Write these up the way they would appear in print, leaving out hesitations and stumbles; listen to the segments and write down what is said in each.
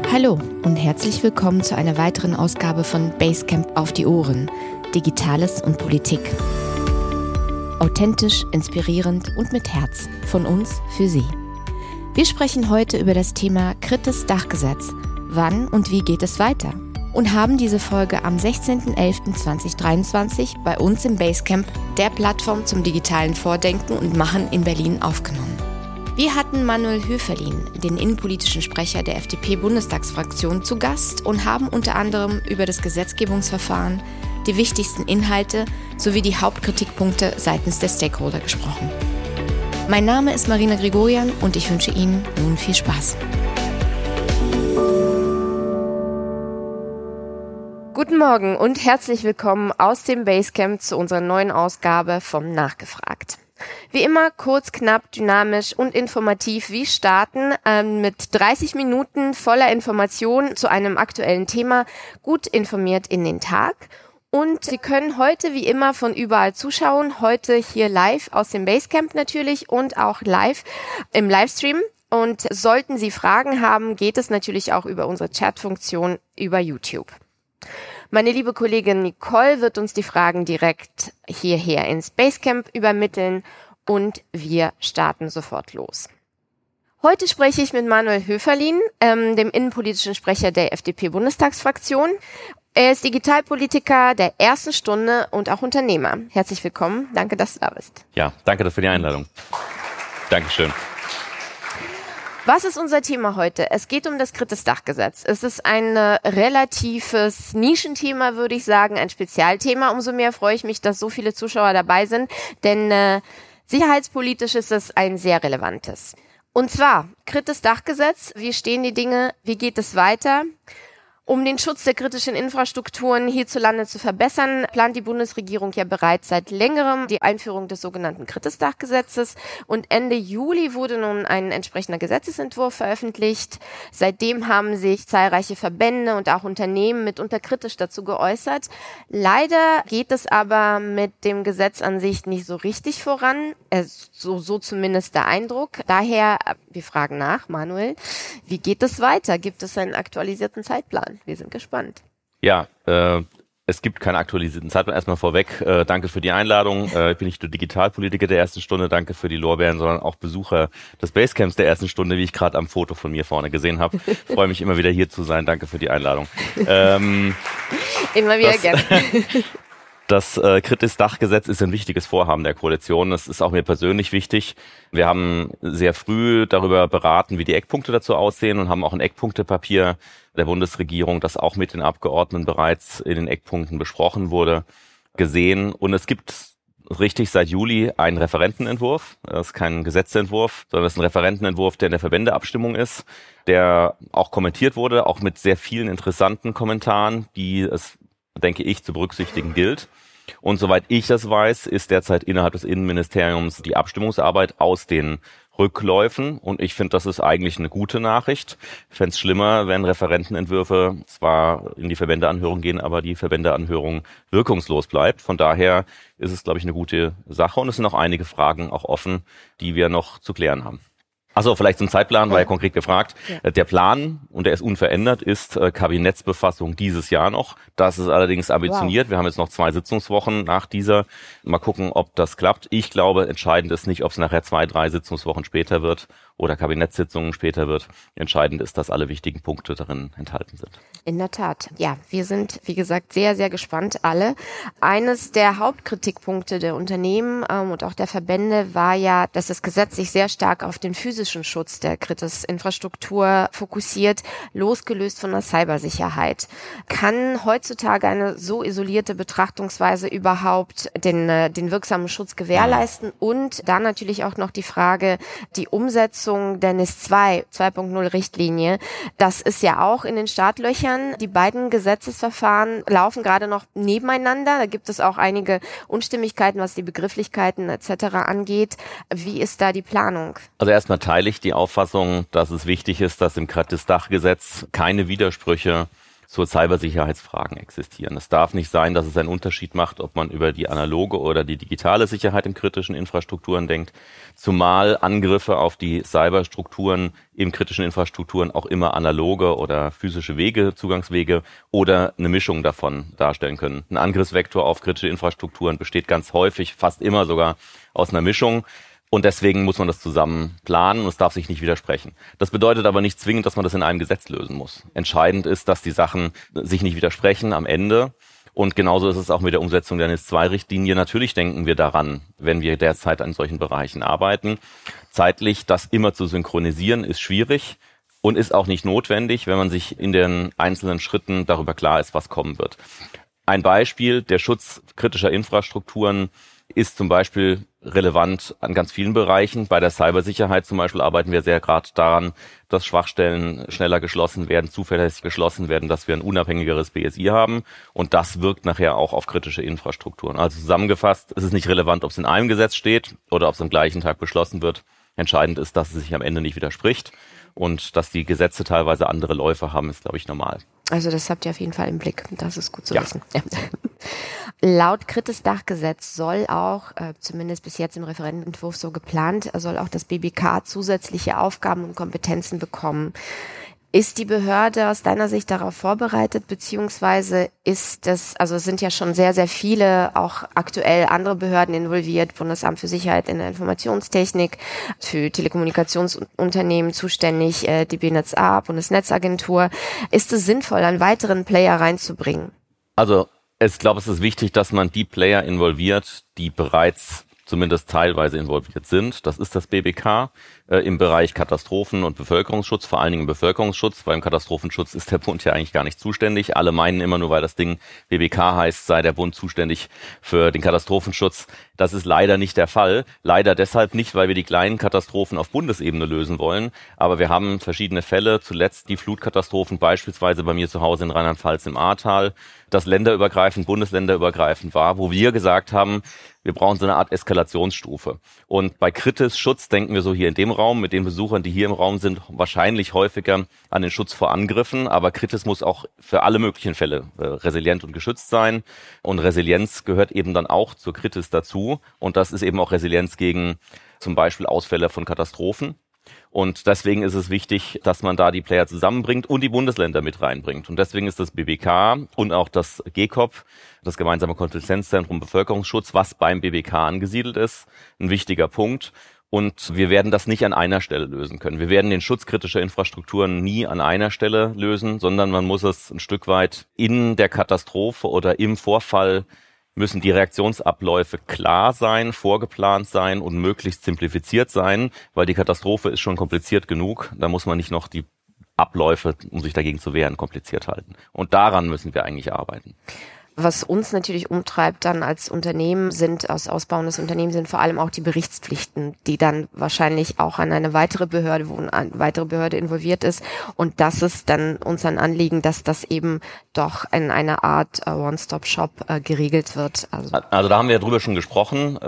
Hallo und herzlich willkommen zu einer weiteren Ausgabe von Basecamp auf die Ohren, Digitales und Politik. Authentisch, inspirierend und mit Herz von uns für Sie. Wir sprechen heute über das Thema Kritis-Dachgesetz. Wann und wie geht es weiter? Und haben diese Folge am 16.11.2023 bei uns im Basecamp, der Plattform zum digitalen Vordenken und Machen in Berlin, aufgenommen. Wir hatten Manuel Höferlin, den innenpolitischen Sprecher der FDP-Bundestagsfraktion, zu Gast und haben unter anderem über das Gesetzgebungsverfahren, die wichtigsten Inhalte sowie die Hauptkritikpunkte seitens der Stakeholder gesprochen. Mein Name ist Marina Gregorian und ich wünsche Ihnen nun viel Spaß. Guten Morgen und herzlich willkommen aus dem Basecamp zu unserer neuen Ausgabe vom Nachgefragt. Wie immer kurz, knapp, dynamisch und informativ. Wir starten mit 30 Minuten voller Informationen zu einem aktuellen Thema, gut informiert in den Tag. Und Sie können heute wie immer von überall zuschauen, heute hier live aus dem Basecamp natürlich und auch live im Livestream. Und sollten Sie Fragen haben, geht es natürlich auch über unsere Chatfunktion über YouTube. Meine liebe Kollegin Nicole wird uns die Fragen direkt hierher ins Basecamp übermitteln und wir starten sofort los. Heute spreche ich mit Manuel Höferlin, dem innenpolitischen Sprecher der FDP-Bundestagsfraktion. Er ist Digitalpolitiker der ersten Stunde und auch Unternehmer. Herzlich willkommen. Danke, dass du da bist. Ja, danke für die Einladung. Dankeschön. Was ist unser Thema heute? Es geht um das Kritis-Dachgesetz. Es ist ein relatives Nischenthema, würde ich sagen, ein Spezialthema. Umso mehr freue ich mich, dass so viele Zuschauer dabei sind, denn sicherheitspolitisch ist es ein sehr relevantes. Und zwar Kritis-Dachgesetz, wie stehen die Dinge, wie geht es weiter? Um den Schutz der kritischen Infrastrukturen hierzulande zu verbessern, plant die Bundesregierung ja bereits seit längerem die Einführung des sogenannten Kritis-Dachgesetzes. Und Ende Juli wurde nun ein entsprechender Gesetzesentwurf veröffentlicht. Seitdem haben sich zahlreiche Verbände und auch Unternehmen mitunter kritisch dazu geäußert. Leider geht es aber mit dem Gesetz an sich nicht so richtig voran. So zumindest der Eindruck. Daher, wir fragen nach, Manuel, wie geht es weiter? Gibt es einen aktualisierten Zeitplan? Wir sind gespannt. Ja, es gibt keinen aktualisierten Zeitplan. Erstmal vorweg, danke für die Einladung. Ich bin nicht nur Digitalpolitiker der ersten Stunde, danke für die Lorbeeren, sondern auch Besucher des Basecamps der ersten Stunde, wie ich gerade am Foto von mir vorne gesehen habe. Freue mich immer wieder hier zu sein. Danke für die Einladung. Immer wieder gerne. Das Kritis-Dachgesetz ist ein wichtiges Vorhaben der Koalition. Das ist auch mir persönlich wichtig. Wir haben sehr früh darüber beraten, wie die Eckpunkte dazu aussehen und haben auch ein Eckpunktepapier der Bundesregierung, das auch mit den Abgeordneten bereits in den Eckpunkten besprochen wurde, gesehen. Und es gibt richtig seit Juli einen Referentenentwurf. Das ist kein Gesetzentwurf, sondern das ist ein Referentenentwurf, der in der Verbändeabstimmung ist, der auch kommentiert wurde, auch mit sehr vielen interessanten Kommentaren, die es, denke ich, zu berücksichtigen gilt. Und soweit ich das weiß, ist derzeit innerhalb des Innenministeriums die Abstimmungsarbeit aus den Rückläufen. Und ich finde, das ist eigentlich eine gute Nachricht. Ich fände es schlimmer, wenn Referentenentwürfe zwar in die Verbändeanhörung gehen, aber die Verbändeanhörung wirkungslos bleibt. Von daher ist es, glaube ich, eine gute Sache. Und es sind auch einige Fragen auch offen, die wir noch zu klären haben. Achso, vielleicht zum Zeitplan, war ja konkret gefragt. Ja. Der Plan, und der ist unverändert, ist Kabinettsbefassung dieses Jahr noch. Das ist allerdings ambitioniert. Wow. Wir haben jetzt noch 2 Sitzungswochen nach dieser. Mal gucken, ob das klappt. Ich glaube, entscheidend ist nicht, ob es nachher 2, 3 Sitzungswochen später wird oder Kabinettssitzungen später wird. Entscheidend ist, dass alle wichtigen Punkte darin enthalten sind. In der Tat. Ja, wir sind, wie gesagt, sehr, sehr gespannt alle. Eines der Hauptkritikpunkte der Unternehmen und auch der Verbände war ja, dass das Gesetz sich sehr stark auf den physischen Schutz der Kritis-Infrastruktur fokussiert, losgelöst von der Cybersicherheit. Kann heutzutage eine so isolierte Betrachtungsweise überhaupt den wirksamen Schutz gewährleisten? Und dann natürlich auch noch die Frage, die Umsetzung der NIS 2.0 Richtlinie. Das ist ja auch in den Startlöchern. Die beiden Gesetzesverfahren laufen gerade noch nebeneinander. Da gibt es auch einige Unstimmigkeiten, was die Begrifflichkeiten etc. angeht. Wie ist da die Planung? Also erstmal teile ich die Auffassung, dass es wichtig ist, dass im Kritis-Dachgesetz keine Widersprüche zu Cybersicherheitsfragen existieren. Es darf nicht sein, dass es einen Unterschied macht, ob man über die analoge oder die digitale Sicherheit in kritischen Infrastrukturen denkt, zumal Angriffe auf die Cyberstrukturen in kritischen Infrastrukturen auch immer analoge oder physische Wege, Zugangswege oder eine Mischung davon darstellen können. Ein Angriffsvektor auf kritische Infrastrukturen besteht ganz häufig, fast immer sogar aus einer Mischung. Und deswegen muss man das zusammen planen und es darf sich nicht widersprechen. Das bedeutet aber nicht zwingend, dass man das in einem Gesetz lösen muss. Entscheidend ist, dass die Sachen sich nicht widersprechen am Ende. Und genauso ist es auch mit der Umsetzung der NIS-2-Richtlinie. Natürlich denken wir daran, wenn wir derzeit an solchen Bereichen arbeiten. Zeitlich das immer zu synchronisieren ist schwierig und ist auch nicht notwendig, wenn man sich in den einzelnen Schritten darüber klar ist, was kommen wird. Ein Beispiel, der Schutz kritischer Infrastrukturen ist zum Beispiel relevant an ganz vielen Bereichen. Bei der Cybersicherheit zum Beispiel arbeiten wir sehr gerade daran, dass Schwachstellen schneller geschlossen werden, zuverlässig geschlossen werden, dass wir ein unabhängigeres BSI haben. Und das wirkt nachher auch auf kritische Infrastrukturen. Also zusammengefasst, es ist nicht relevant, ob es in einem Gesetz steht oder ob es am gleichen Tag beschlossen wird. Entscheidend ist, dass es sich am Ende nicht widerspricht. Und dass die Gesetze teilweise andere Läufe haben, ist, glaube ich, normal. Also das habt ihr auf jeden Fall im Blick. Das ist gut zu wissen. Ja. Laut Kritis-Dach-Gesetz soll auch, zumindest bis jetzt im Referentenentwurf so geplant, soll auch das BBK zusätzliche Aufgaben und Kompetenzen bekommen. Ist die Behörde aus deiner Sicht darauf vorbereitet, beziehungsweise ist das, also es sind ja schon sehr, sehr viele, auch aktuell andere Behörden involviert, Bundesamt für Sicherheit in der Informationstechnik, für Telekommunikationsunternehmen zuständig, die BNetzA, Bundesnetzagentur. Ist es sinnvoll, einen weiteren Player reinzubringen? Also ich glaube, es ist wichtig, dass man die Player involviert, die bereits zumindest teilweise involviert sind. Das ist das BBK im Bereich Katastrophen- und Bevölkerungsschutz, vor allen Dingen im Bevölkerungsschutz. Beim Katastrophenschutz ist der Bund ja eigentlich gar nicht zuständig. Alle meinen immer nur, weil das Ding BBK heißt, sei der Bund zuständig für den Katastrophenschutz. Das ist leider nicht der Fall. Leider deshalb nicht, weil wir die kleinen Katastrophen auf Bundesebene lösen wollen. Aber wir haben verschiedene Fälle, zuletzt die Flutkatastrophen, beispielsweise bei mir zu Hause in Rheinland-Pfalz im Ahrtal, das länderübergreifend, bundesländerübergreifend war, wo wir gesagt haben, wir brauchen so eine Art Eskalationsstufe. Und bei Kritis-Schutz denken wir so hier in dem Raum, mit den Besuchern, die hier im Raum sind, wahrscheinlich häufiger an den Schutz vor Angriffen. Aber Kritis muss auch für alle möglichen Fälle resilient und geschützt sein. Und Resilienz gehört eben dann auch zur Kritis dazu. Und das ist eben auch Resilienz gegen zum Beispiel Ausfälle von Katastrophen. Und deswegen ist es wichtig, dass man da die Player zusammenbringt und die Bundesländer mit reinbringt. Und deswegen ist das BBK und auch das GECOB, das gemeinsame Kompetenzzentrum Bevölkerungsschutz, was beim BBK angesiedelt ist, ein wichtiger Punkt. Und wir werden das nicht an einer Stelle lösen können. Wir werden den Schutz kritischer Infrastrukturen nie an einer Stelle lösen, sondern man muss es ein Stück weit in der Katastrophe oder im Vorfall müssen die Reaktionsabläufe klar sein, vorgeplant sein und möglichst simplifiziert sein, weil die Katastrophe ist schon kompliziert genug. Da muss man nicht noch die Abläufe, um sich dagegen zu wehren, kompliziert halten. Und daran müssen wir eigentlich arbeiten. Was uns natürlich umtreibt dann als Unternehmen als ausbauendes Unternehmen sind vor allem auch die Berichtspflichten, die dann wahrscheinlich auch an eine weitere Behörde, wo eine weitere Behörde involviert ist. Und das ist dann uns ein Anliegen, dass das eben doch in einer Art One-Stop-Shop geregelt wird. Also da haben wir ja drüber schon gesprochen.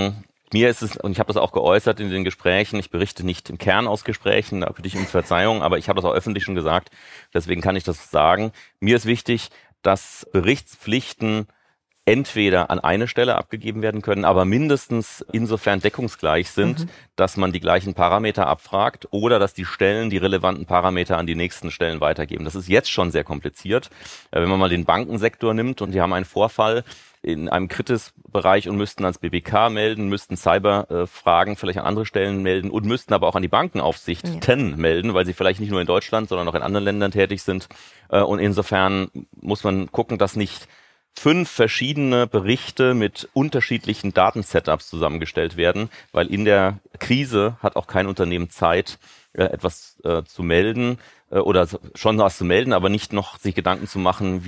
Mir ist es, und ich habe das auch geäußert in den Gesprächen, ich berichte nicht im Kern aus Gesprächen, da bitte ich um Verzeihung, aber ich habe das auch öffentlich schon gesagt, deswegen kann ich das sagen. Mir ist wichtig, dass Berichtspflichten entweder an eine Stelle abgegeben werden können, aber mindestens insofern deckungsgleich sind, dass man die gleichen Parameter abfragt oder dass die Stellen die relevanten Parameter an die nächsten Stellen weitergeben. Das ist jetzt schon sehr kompliziert. Wenn man mal den Bankensektor nimmt und die haben einen Vorfall in einem Kritis-Bereich und müssten ans BBK melden, müssten Cyberfragen vielleicht an andere Stellen melden und müssten aber auch an die Bankenaufsichten melden, weil sie vielleicht nicht nur in Deutschland, sondern auch in anderen Ländern tätig sind. Und insofern muss man gucken, dass nicht 5 verschiedene Berichte mit unterschiedlichen Datensetups zusammengestellt werden, weil in der Krise hat auch kein Unternehmen Zeit, etwas zu melden oder schon was zu melden, aber nicht noch sich Gedanken zu machen,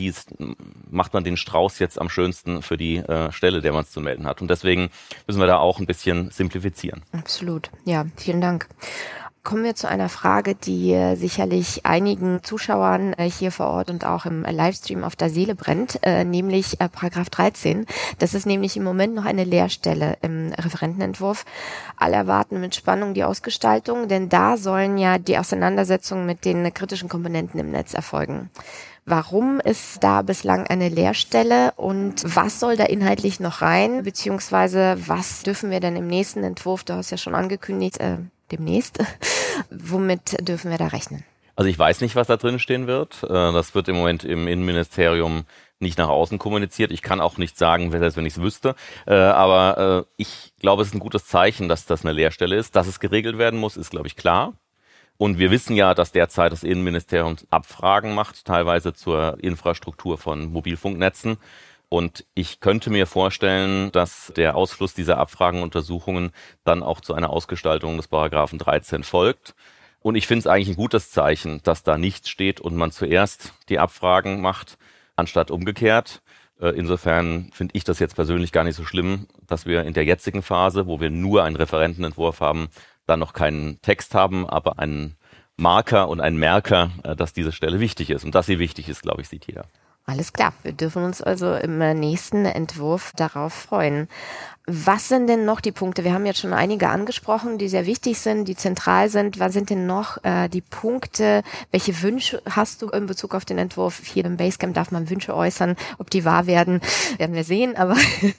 macht man den Strauß jetzt am schönsten für die Stelle, der man es zu melden hat. Und deswegen müssen wir da auch ein bisschen simplifizieren. Absolut. Ja, vielen Dank. Kommen wir zu einer Frage, die sicherlich einigen Zuschauern hier vor Ort und auch im Livestream auf der Seele brennt, nämlich Paragraph 13. Das ist nämlich im Moment noch eine Leerstelle im Referentenentwurf. Alle erwarten mit Spannung die Ausgestaltung, denn da sollen ja die Auseinandersetzungen mit den kritischen Komponenten im Netz erfolgen. Warum ist da bislang eine Leerstelle und was soll da inhaltlich noch rein, beziehungsweise was dürfen wir denn im nächsten Entwurf, du hast ja schon angekündigt, demnächst, womit dürfen wir da rechnen? Also ich weiß nicht, was da drin stehen wird. Das wird im Moment im Innenministerium nicht nach außen kommuniziert. Ich kann auch nicht sagen, selbst wenn ich es wüsste. Aber ich glaube, es ist ein gutes Zeichen, dass das eine Leerstelle ist. Dass es geregelt werden muss, ist, glaube ich, klar. Und wir wissen ja, dass derzeit das Innenministerium Abfragen macht, teilweise zur Infrastruktur von Mobilfunknetzen. Und ich könnte mir vorstellen, dass der Ausfluss dieser Abfragenuntersuchungen dann auch zu einer Ausgestaltung des Paragraphen 13 folgt. Und ich finde es eigentlich ein gutes Zeichen, dass da nichts steht und man zuerst die Abfragen macht, anstatt umgekehrt. Insofern finde ich das jetzt persönlich gar nicht so schlimm, dass wir in der jetzigen Phase, wo wir nur einen Referentenentwurf haben, dann noch keinen Text haben, aber einen Marker und einen Merker, dass diese Stelle wichtig ist. Und dass sie wichtig ist, glaube ich, sieht jeder. Alles klar, wir dürfen uns also im nächsten Entwurf darauf freuen. Was sind denn noch die Punkte? Wir haben jetzt schon einige angesprochen, die sehr wichtig sind, die zentral sind. Was sind denn noch die Punkte? Welche Wünsche hast du in Bezug auf den Entwurf? Hier im Basecamp darf man Wünsche äußern. Ob die wahr werden, werden wir sehen. Aber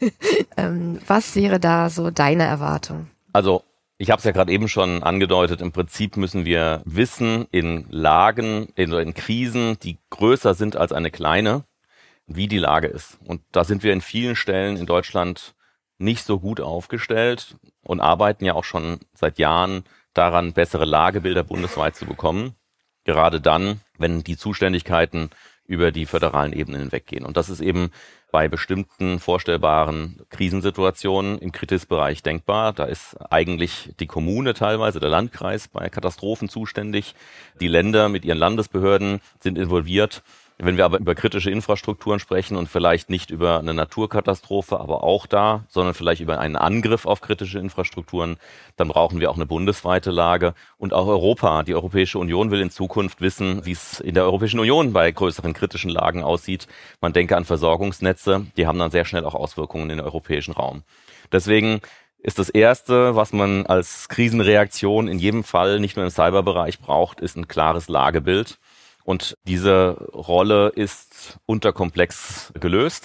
was wäre da so deine Erwartung? Also ich habe es ja gerade eben schon angedeutet, im Prinzip müssen wir wissen, in Lagen, in Krisen, die größer sind als eine kleine, wie die Lage ist. Und da sind wir in vielen Stellen in Deutschland nicht so gut aufgestellt und arbeiten ja auch schon seit Jahren daran, bessere Lagebilder bundesweit zu bekommen. Gerade dann, wenn die Zuständigkeiten über die föderalen Ebenen hinweggehen. Und das ist eben bei bestimmten vorstellbaren Krisensituationen im Kritisbereich denkbar. Da ist eigentlich die Kommune teilweise, der Landkreis bei Katastrophen zuständig. Die Länder mit ihren Landesbehörden sind involviert. Wenn wir aber über kritische Infrastrukturen sprechen und vielleicht nicht über eine Naturkatastrophe, aber auch da, sondern vielleicht über einen Angriff auf kritische Infrastrukturen, dann brauchen wir auch eine bundesweite Lage. Und auch Europa, die Europäische Union will in Zukunft wissen, wie es in der Europäischen Union bei größeren kritischen Lagen aussieht. Man denke an Versorgungsnetze, die haben dann sehr schnell auch Auswirkungen in den europäischen Raum. Deswegen ist das Erste, was man als Krisenreaktion in jedem Fall, nicht nur im Cyberbereich braucht, ist ein klares Lagebild. Und diese Rolle ist unterkomplex gelöst,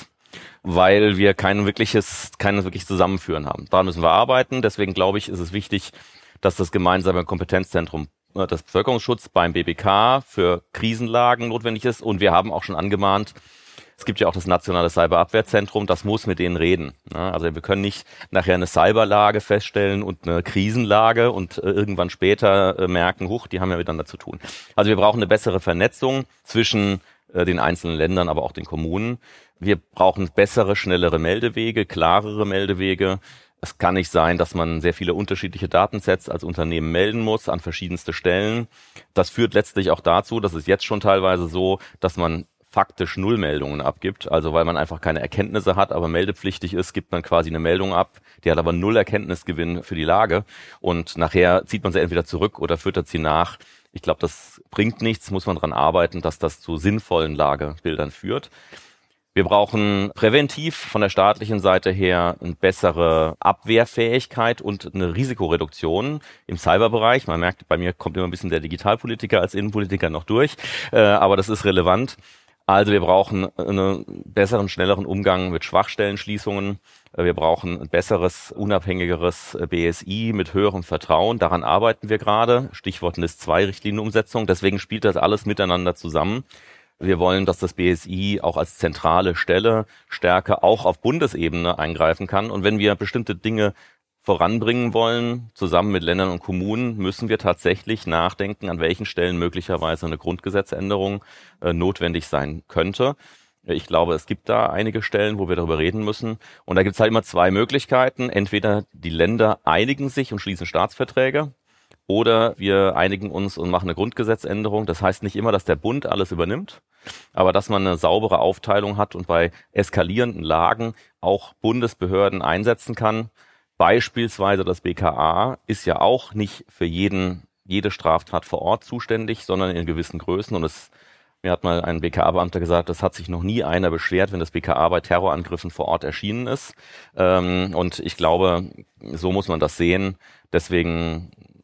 weil wir kein wirkliches Zusammenführen haben. Daran müssen wir arbeiten. Deswegen glaube ich, ist es wichtig, dass das gemeinsame Kompetenzzentrum des Bevölkerungsschutzes beim BBK für Krisenlagen notwendig ist. Und wir haben auch schon angemahnt, es gibt ja auch das nationale Cyberabwehrzentrum, das muss mit denen reden. Also wir können nicht nachher eine Cyberlage feststellen und eine Krisenlage und irgendwann später merken, huch, die haben ja miteinander zu tun. Also wir brauchen eine bessere Vernetzung zwischen den einzelnen Ländern, aber auch den Kommunen. Wir brauchen bessere, schnellere Meldewege, klarere Meldewege. Es kann nicht sein, dass man sehr viele unterschiedliche Datensets als Unternehmen melden muss an verschiedenste Stellen. Das führt letztlich auch dazu, das ist jetzt schon teilweise so, dass man faktisch Nullmeldungen abgibt, also weil man einfach keine Erkenntnisse hat, aber meldepflichtig ist, gibt man quasi eine Meldung ab, die hat aber null Erkenntnisgewinn für die Lage und nachher zieht man sie entweder zurück oder füttert sie nach. Ich glaube, das bringt nichts, muss man daran arbeiten, dass das zu sinnvollen Lagebildern führt. Wir brauchen präventiv von der staatlichen Seite her eine bessere Abwehrfähigkeit und eine Risikoreduktion im Cyberbereich. Man merkt, bei mir kommt immer ein bisschen der Digitalpolitiker als Innenpolitiker noch durch, aber das ist relevant. Also wir brauchen einen besseren, schnelleren Umgang mit Schwachstellenschließungen. Wir brauchen ein besseres, unabhängigeres BSI mit höherem Vertrauen. Daran arbeiten wir gerade. Stichwort NIS-2-Richtlinienumsetzung. Deswegen spielt das alles miteinander zusammen. Wir wollen, dass das BSI auch als zentrale Stelle stärker auch auf Bundesebene eingreifen kann. Und wenn wir bestimmte Dinge voranbringen wollen, zusammen mit Ländern und Kommunen, müssen wir tatsächlich nachdenken, an welchen Stellen möglicherweise eine Grundgesetzänderung notwendig sein könnte. Ich glaube, es gibt da einige Stellen, wo wir darüber reden müssen. Und da gibt es halt immer zwei Möglichkeiten. Entweder die Länder einigen sich und schließen Staatsverträge, oder wir einigen uns und machen eine Grundgesetzänderung. Das heißt nicht immer, dass der Bund alles übernimmt, aber dass man eine saubere Aufteilung hat und bei eskalierenden Lagen auch Bundesbehörden einsetzen kann. Beispielsweise das BKA ist ja auch nicht für jede Straftat vor Ort zuständig, sondern in gewissen Größen. Und mir hat mal ein BKA-Beamter gesagt, es hat sich noch nie einer beschwert, wenn das BKA bei Terrorangriffen vor Ort erschienen ist. Und ich glaube, so muss man das sehen. Deswegen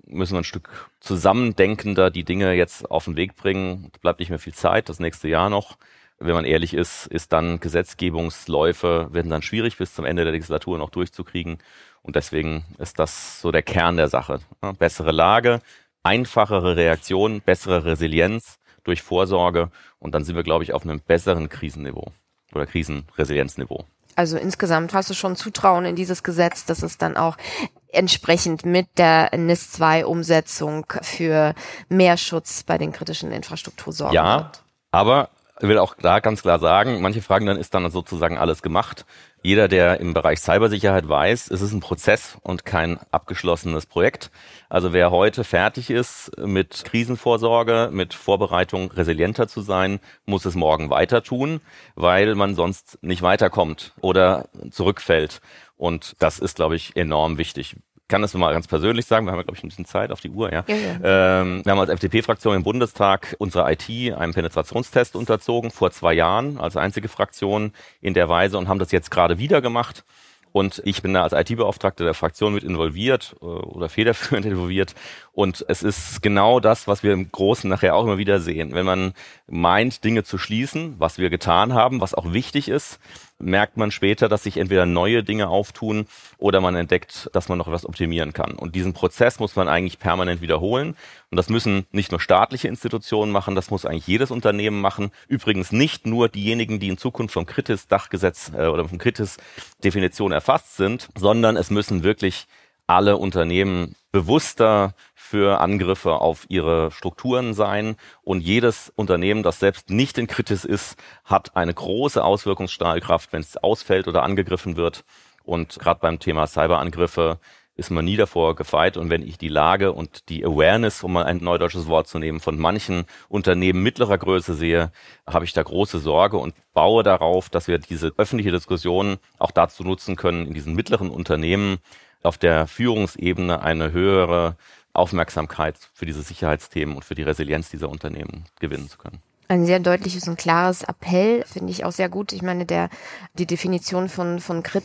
müssen wir ein Stück zusammendenkender die Dinge jetzt auf den Weg bringen. Es bleibt nicht mehr viel Zeit, das nächste Jahr noch. Wenn man ehrlich ist dann Gesetzgebungsläufe werden dann schwierig bis zum Ende der Legislatur noch durchzukriegen. Und deswegen ist das so der Kern der Sache. Bessere Lage, einfachere Reaktion, bessere Resilienz durch Vorsorge. Und dann sind wir, glaube ich, auf einem besseren Krisenniveau oder Krisenresilienzniveau. Also insgesamt hast du schon Zutrauen in dieses Gesetz, dass es dann auch entsprechend mit der NIS-2-Umsetzung für mehr Schutz bei den kritischen Infrastruktursorgen wird. Ja, aber ich will auch da ganz klar sagen, manche fragen dann, ist dann sozusagen alles gemacht? Jeder, der im Bereich Cybersicherheit weiß, es ist ein Prozess und kein abgeschlossenes Projekt. Also wer heute fertig ist mit Krisenvorsorge, mit Vorbereitung, resilienter zu sein, muss es morgen weiter tun, weil man sonst nicht weiterkommt oder zurückfällt. Und das ist, glaube ich, enorm wichtig. Ich kann das mal ganz persönlich sagen, wir haben ja, glaube ich, ein bisschen Zeit auf die Uhr. Ja. Wir haben als FDP-Fraktion im Bundestag unsere IT einem Penetrationstest unterzogen, vor 2 Jahren, als einzige Fraktion in der Weise und haben das jetzt gerade wieder gemacht. Und ich bin da als IT-Beauftragter der Fraktion mit involviert oder federführend involviert. Und es ist genau das, was wir im Großen nachher auch immer wieder sehen. Wenn man meint, Dinge zu schließen, was wir getan haben, was auch wichtig ist, merkt man später, dass sich entweder neue Dinge auftun oder man entdeckt, dass man noch etwas optimieren kann. Und diesen Prozess muss man eigentlich permanent wiederholen. Und das müssen nicht nur staatliche Institutionen machen, das muss eigentlich jedes Unternehmen machen. Übrigens nicht nur diejenigen, die in Zukunft vom KRITIS-Dachgesetz oder vom KRITIS-Definition erfasst sind, sondern es müssen wirklich alle Unternehmen bewusster für Angriffe auf ihre Strukturen sein. Und jedes Unternehmen, das selbst nicht in KRITIS ist, hat eine große Auswirkungsstrahlkraft, wenn es ausfällt oder angegriffen wird. Und gerade beim Thema Cyberangriffe ist man nie davor gefeit. Und wenn ich die Lage und die Awareness, um mal ein neudeutsches Wort zu nehmen, von manchen Unternehmen mittlerer Größe sehe, habe ich da große Sorge und baue darauf, dass wir diese öffentliche Diskussion auch dazu nutzen können, in diesen mittleren Unternehmen auf der Führungsebene eine höhere Aufmerksamkeit für diese Sicherheitsthemen und für die Resilienz dieser Unternehmen gewinnen zu können. Ein sehr deutliches und klares Appell, finde ich auch sehr gut. Ich meine, die Definition von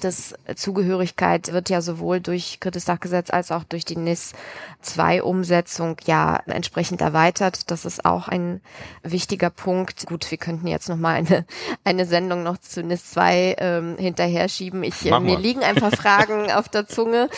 KRITIS-Zugehörigkeit wird ja sowohl durch KRITIS-Dachgesetz als auch durch die NIS-2-Umsetzung ja entsprechend erweitert. Das ist auch ein wichtiger Punkt. Gut, wir könnten jetzt nochmal eine Sendung noch zu NIS-2 hinterher schieben. Mir liegen ein paar Fragen auf der Zunge,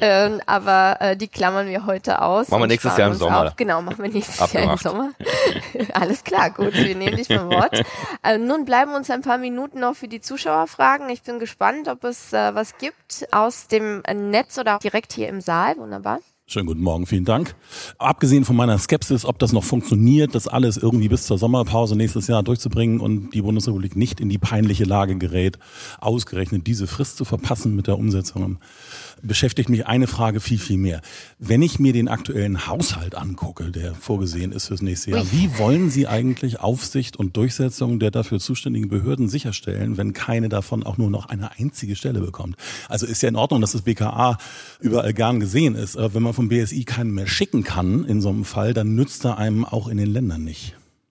aber die klammern wir heute aus. Machen wir nächstes Jahr im Sommer. Genau, machen wir nächstes Jahr im Sommer. Alles klar, gut. Wir nehmen dich beim Wort. Nun bleiben uns ein paar Minuten noch für die Zuschauerfragen. Ich bin gespannt, ob es was gibt aus dem Netz oder direkt hier im Saal. Wunderbar. Schönen guten Morgen, vielen Dank. Abgesehen von meiner Skepsis, ob das noch funktioniert, das alles irgendwie bis zur Sommerpause nächstes Jahr durchzubringen und die Bundesrepublik nicht in die peinliche Lage gerät, ausgerechnet diese Frist zu verpassen mit der Umsetzung, beschäftigt mich eine Frage viel, viel mehr. Wenn ich mir den aktuellen Haushalt angucke, der vorgesehen ist fürs nächste Jahr, wie wollen Sie eigentlich Aufsicht und Durchsetzung der dafür zuständigen Behörden sicherstellen, wenn keine davon auch nur noch eine einzige Stelle bekommt? Also ist ja in Ordnung, dass das BKA überall gern gesehen ist. Wenn man vom BSI keinen mehr schicken kann in so einem Fall, dann nützt er einem auch in den Ländern nicht.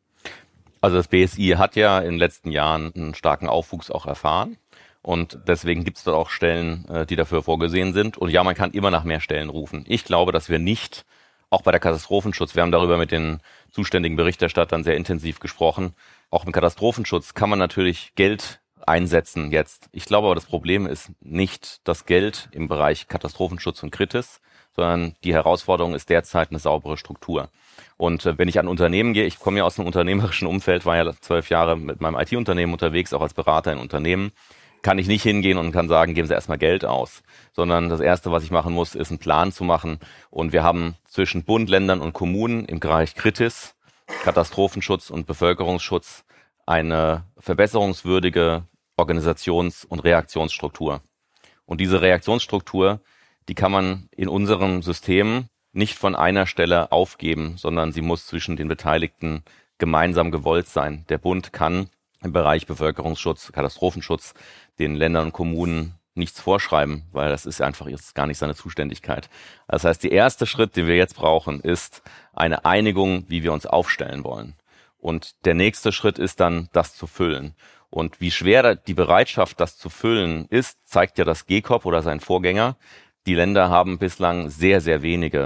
Also das BSI hat ja in den letzten Jahren einen starken Aufwuchs auch erfahren. Und deswegen gibt es dort auch Stellen, die dafür vorgesehen sind. Und ja, man kann immer nach mehr Stellen rufen. Ich glaube, dass wir nicht, auch bei der Katastrophenschutz, wir haben darüber mit den zuständigen Berichterstattern sehr intensiv gesprochen, auch im Katastrophenschutz kann man natürlich Geld einsetzen jetzt. Ich glaube aber, das Problem ist nicht das Geld im Bereich Katastrophenschutz und KRITIS, sondern die Herausforderung ist derzeit eine saubere Struktur. Und wenn ich an Unternehmen gehe, ich komme ja aus einem unternehmerischen Umfeld, war ja 12 Jahre mit meinem IT-Unternehmen unterwegs, auch als Berater in Unternehmen, kann ich nicht hingehen und kann sagen, geben Sie erstmal Geld aus, sondern das Erste, was ich machen muss, ist einen Plan zu machen. Und wir haben zwischen Bund, Ländern und Kommunen im Bereich KRITIS, Katastrophenschutz und Bevölkerungsschutz eine verbesserungswürdige Organisations- und Reaktionsstruktur. Und diese Reaktionsstruktur, die kann man in unserem System nicht von einer Stelle aufgeben, sondern sie muss zwischen den Beteiligten gemeinsam gewollt sein. Der Bund kann im Bereich Bevölkerungsschutz, Katastrophenschutz den Ländern und Kommunen nichts vorschreiben, weil das ist einfach jetzt gar nicht seine Zuständigkeit. Das heißt, der erste Schritt, den wir jetzt brauchen, ist eine Einigung, wie wir uns aufstellen wollen. Und der nächste Schritt ist dann, das zu füllen. Und wie schwer die Bereitschaft, das zu füllen ist, zeigt ja das GECOP oder sein Vorgänger. Die Länder haben bislang sehr, sehr wenige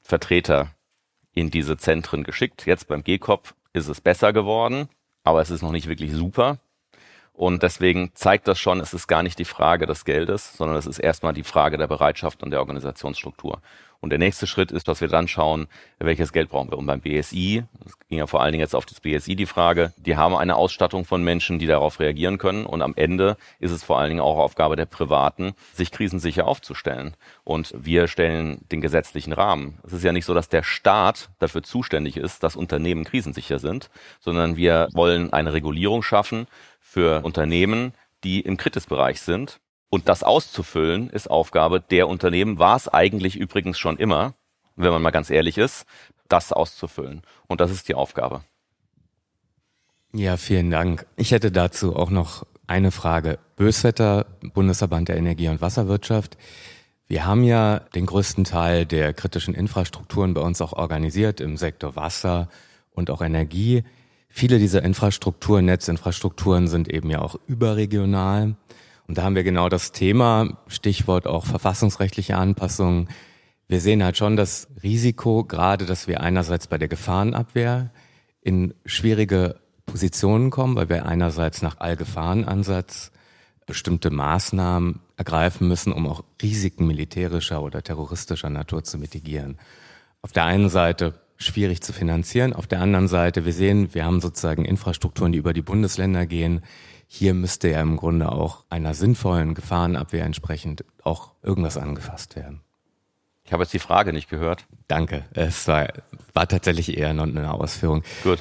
Vertreter in diese Zentren geschickt. Jetzt beim GCOP ist es besser geworden, aber es ist noch nicht wirklich super. Und deswegen zeigt das schon, es ist gar nicht die Frage des Geldes, sondern es ist erstmal die Frage der Bereitschaft und der Organisationsstruktur. Und der nächste Schritt ist, dass wir dann schauen, welches Geld brauchen wir. Und beim BSI, das ging ja vor allen Dingen jetzt auf das BSI die Frage, die haben eine Ausstattung von Menschen, die darauf reagieren können. Und am Ende ist es vor allen Dingen auch Aufgabe der Privaten, sich krisensicher aufzustellen. Und wir stellen den gesetzlichen Rahmen. Es ist ja nicht so, dass der Staat dafür zuständig ist, dass Unternehmen krisensicher sind, sondern wir wollen eine Regulierung schaffen für Unternehmen, die im Kritisbereich sind. Und das auszufüllen ist Aufgabe der Unternehmen, war es eigentlich übrigens schon immer, wenn man mal ganz ehrlich ist, das auszufüllen. Und das ist die Aufgabe. Ja, vielen Dank. Ich hätte dazu auch noch eine Frage. Böswetter, Bundesverband der Energie- und Wasserwirtschaft. Wir haben ja den größten Teil der kritischen Infrastrukturen bei uns auch organisiert im Sektor Wasser und auch Energie. Viele dieser Infrastrukturen, Netzinfrastrukturen sind eben ja auch überregional. Und da haben wir genau das Thema, Stichwort auch verfassungsrechtliche Anpassungen. Wir sehen halt schon das Risiko, gerade, dass wir einerseits bei der Gefahrenabwehr in schwierige Positionen kommen, weil wir einerseits nach Allgefahrenansatz bestimmte Maßnahmen ergreifen müssen, um auch Risiken militärischer oder terroristischer Natur zu mitigieren. Auf der einen Seite schwierig zu finanzieren, auf der anderen Seite, wir sehen, wir haben sozusagen Infrastrukturen, die über die Bundesländer gehen. Hier müsste ja im Grunde auch einer sinnvollen Gefahrenabwehr entsprechend auch irgendwas angefasst werden. Ich habe jetzt die Frage nicht gehört. Danke, es war tatsächlich eher noch eine Ausführung. Gut.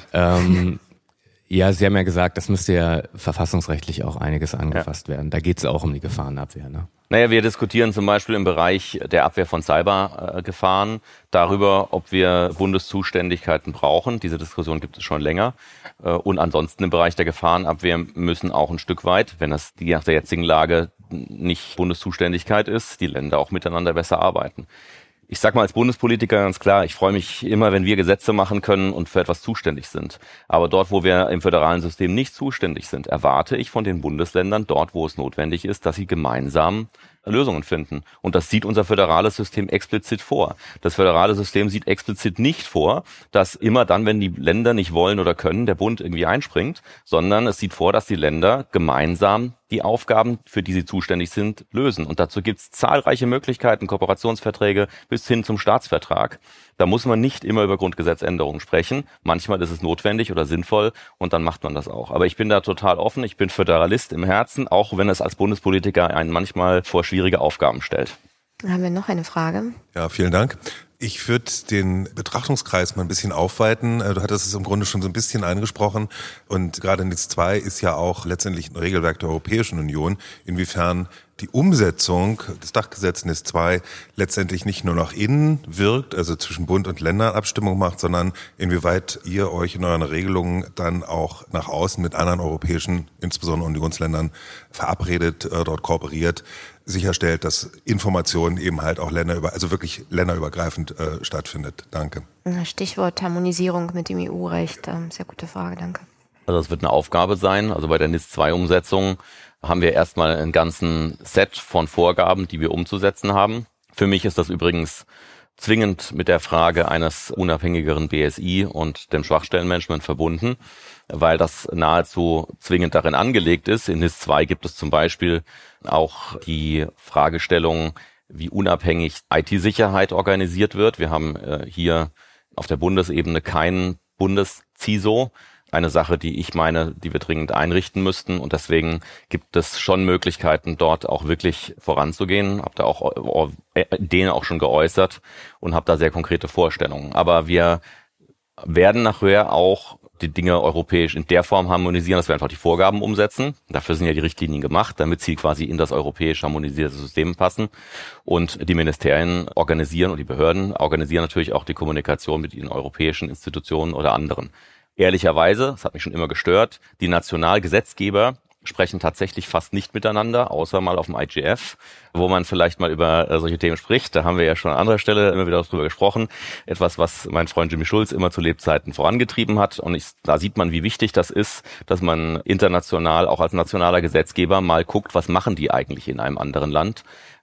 Ja, Sie haben ja gesagt, das müsste ja verfassungsrechtlich auch einiges angefasst werden. Da geht es auch um die Gefahrenabwehr, ne? Naja, wir diskutieren zum Beispiel im Bereich der Abwehr von Cybergefahren darüber, ob wir Bundeszuständigkeiten brauchen. Diese Diskussion gibt es schon länger. Und ansonsten im Bereich der Gefahrenabwehr müssen auch ein Stück weit, wenn das nach der jetzigen Lage nicht Bundeszuständigkeit ist, die Länder auch miteinander besser arbeiten. Ich sag mal als Bundespolitiker ganz klar, ich freue mich immer, wenn wir Gesetze machen können und für etwas zuständig sind. Aber dort, wo wir im föderalen System nicht zuständig sind, erwarte ich von den Bundesländern dort, wo es notwendig ist, dass sie gemeinsam Lösungen finden. Und das sieht unser föderales System explizit vor. Das föderale System sieht explizit nicht vor, dass immer dann, wenn die Länder nicht wollen oder können, der Bund irgendwie einspringt, sondern es sieht vor, dass die Länder gemeinsam die Aufgaben, für die sie zuständig sind, lösen. Und dazu gibt es zahlreiche Möglichkeiten, Kooperationsverträge bis hin zum Staatsvertrag. Da muss man nicht immer über Grundgesetzänderungen sprechen. Manchmal ist es notwendig oder sinnvoll und dann macht man das auch. Aber ich bin da total offen. Ich bin Föderalist im Herzen, auch wenn es als Bundespolitiker einen manchmal vor schwierige Aufgaben stellt. Haben wir noch eine Frage? Ja, vielen Dank. Ich würde den Betrachtungskreis mal ein bisschen aufweiten. Du hattest es im Grunde schon so ein bisschen angesprochen. Und gerade NIS 2 ist ja auch letztendlich ein Regelwerk der Europäischen Union. Inwiefern die Umsetzung des Dachgesetzes NIS 2 letztendlich nicht nur nach innen wirkt, also zwischen Bund und Ländern Abstimmung macht, sondern inwieweit ihr euch in euren Regelungen dann auch nach außen mit anderen europäischen, insbesondere Unionsländern, verabredet, dort kooperiert, sicherstellt, dass Informationen eben halt auch wirklich länderübergreifend stattfindet. Danke. Stichwort Harmonisierung mit dem EU-Recht. Sehr gute Frage, danke. Also es wird eine Aufgabe sein. Also bei der NIS 2-Umsetzung haben wir erstmal einen ganzen Set von Vorgaben, die wir umzusetzen haben. Für mich ist das übrigens zwingend mit der Frage eines unabhängigeren BSI und dem Schwachstellenmanagement verbunden, weil das nahezu zwingend darin angelegt ist. In NIS 2 gibt es zum Beispiel auch die Fragestellung, wie unabhängig IT-Sicherheit organisiert wird. Wir haben hier auf der Bundesebene keinen Bundes-CISO. Eine Sache, die ich meine, die wir dringend einrichten müssten. Und deswegen gibt es schon Möglichkeiten, dort auch wirklich voranzugehen. Habe da auch Ideen auch schon geäußert und habe da sehr konkrete Vorstellungen. Aber wir werden nachher auch die Dinge europäisch in der Form harmonisieren, dass wir einfach die Vorgaben umsetzen. Dafür sind ja die Richtlinien gemacht, damit sie quasi in das europäisch harmonisierte System passen. Und die Ministerien organisieren und die Behörden organisieren natürlich auch die Kommunikation mit den europäischen Institutionen oder anderen. Ehrlicherweise, das hat mich schon immer gestört, die Nationalgesetzgeber sprechen tatsächlich fast nicht miteinander, außer mal auf dem IGF, wo man vielleicht mal über solche Themen spricht. Da haben wir ja schon an anderer Stelle immer wieder drüber gesprochen. Etwas, was mein Freund Jimmy Schulz immer zu Lebzeiten vorangetrieben hat. Und da sieht man, wie wichtig das ist, dass man international, auch als nationaler Gesetzgeber, mal guckt, was machen die eigentlich in einem anderen Land.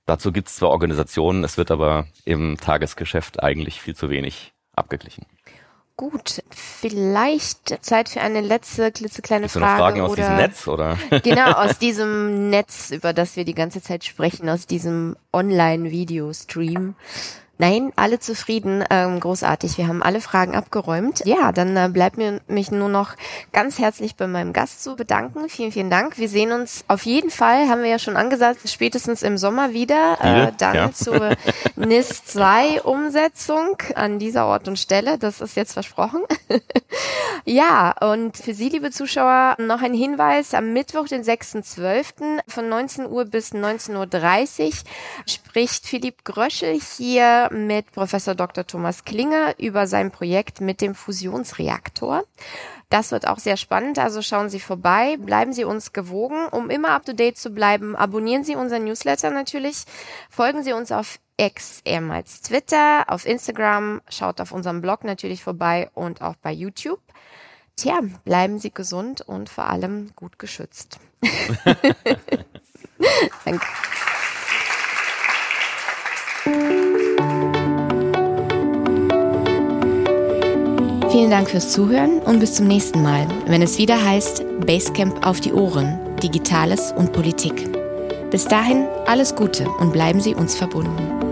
Dazu gibt es zwar Organisationen, es wird aber im Tagesgeschäft eigentlich viel zu wenig abgeglichen. Gut, vielleicht Zeit für eine letzte klitzekleine Hast du Frage. noch Fragen aus oder diesem Netz, oder? Genau, aus diesem Netz, über das wir die ganze Zeit sprechen, aus diesem Online-Video-Stream. Nein, alle zufrieden, großartig. Wir haben alle Fragen abgeräumt. Ja, dann bleibt mir mich nur noch ganz herzlich bei meinem Gast zu bedanken. Vielen, vielen Dank. Wir sehen uns auf jeden Fall, haben wir ja schon angesagt, spätestens im Sommer wieder. Dann zur NIS 2 Umsetzung an dieser Ort und Stelle. Das ist jetzt versprochen. Ja, und für Sie, liebe Zuschauer, noch ein Hinweis. Am Mittwoch, den 6.12. von 19 Uhr bis 19.30 Uhr spricht Philipp Gröschel hier mit Professor Dr. Thomas Klinger über sein Projekt mit dem Fusionsreaktor. Das wird auch sehr spannend, also schauen Sie vorbei, bleiben Sie uns gewogen. Um immer up to date zu bleiben, abonnieren Sie unseren Newsletter natürlich, folgen Sie uns auf X, ehemals Twitter, auf Instagram, schaut auf unserem Blog natürlich vorbei und auch bei YouTube. Tja, bleiben Sie gesund und vor allem gut geschützt. Danke. Vielen Dank fürs Zuhören und bis zum nächsten Mal, wenn es wieder heißt Basecamp auf die Ohren, Digitales und Politik. Bis dahin alles Gute und bleiben Sie uns verbunden.